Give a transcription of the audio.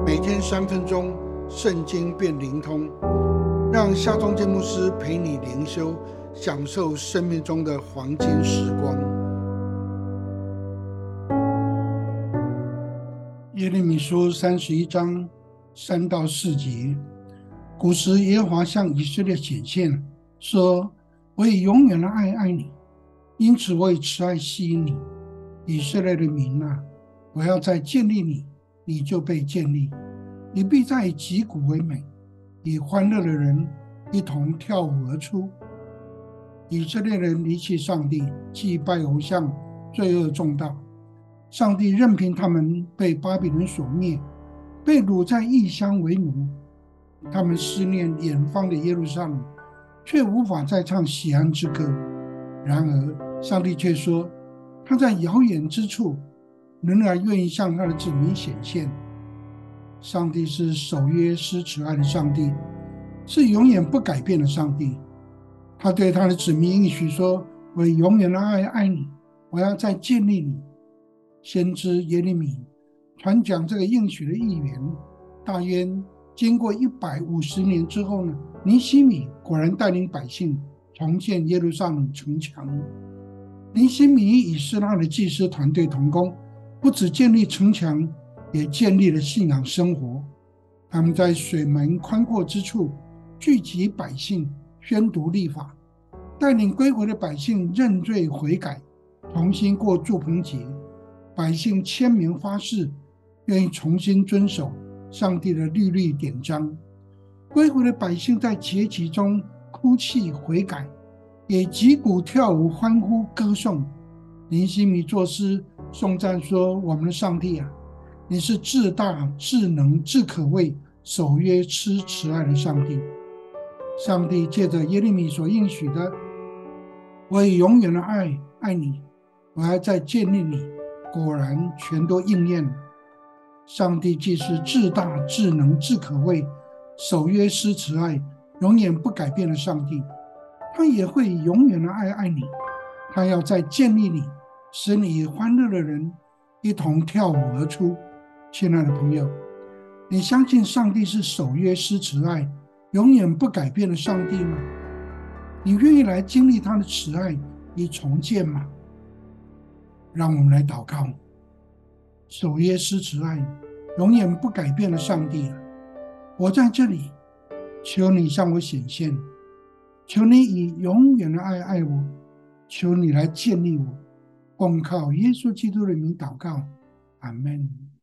每天3分钟，圣经变灵通。让夏忠建牧师陪你灵修，享受生命中的黄金时光。耶利米书31章3到4节。古时耶和华向以色列显现，说：我以永远的爱爱你，因此我以慈爱吸引你。以色列的民啊，我要再建立你，你就被建立，你必再以击鼓为美，以欢乐的人一同跳舞而出。以色列人离弃上帝，祭拜偶像，罪恶重大。上帝任凭他们被巴比伦所灭，被掳在异乡为奴。他们思念远方的耶路撒冷，却无法再唱喜安之歌。然而上帝却说，他在遥远之处仍然愿意向他的子民显现。上帝是守约施慈爱的上帝，是永远不改变的上帝。他对他的子民应许说，我永远的爱爱你，我要再建立你。先知耶利米传讲这个应许的预言，大约经过150年之后呢，尼希米果然带领百姓重建耶路撒冷城墙。尼希米与示拉的祭司团队同工，不只建立城墙，也建立了信仰生活。他们在水门宽阔之处聚集百姓，宣读律法，带领归回的百姓认罪悔改，重新过住棚节。百姓签名发誓，愿意重新遵守上帝的律例典章。归回的百姓在节期中哭泣悔改，也击鼓跳舞欢呼歌颂。尼希米作诗颂赞说，我们的上帝啊，你是至大至能至可畏，守约施慈爱的上帝。上帝借着耶利米所应许的，我以永远的爱爱你，我要再建立你，果然全都应验了。上帝既是至大至能至可畏，守约施慈爱，永远不改变的上帝，他也会以永远的爱爱你。他要再建立你，使你与欢乐的人一同跳舞而出。亲爱的朋友，你相信上帝是守约施慈爱，永远不改变的上帝吗？你愿意来经历他的慈爱与重建吗？让我们来祷告。守约施慈爱，永远不改变的上帝啊，我在这里，求你向我显现，求你以永远的爱爱我，求你来建立我。奉靠耶稣基督的名祷告，阿们。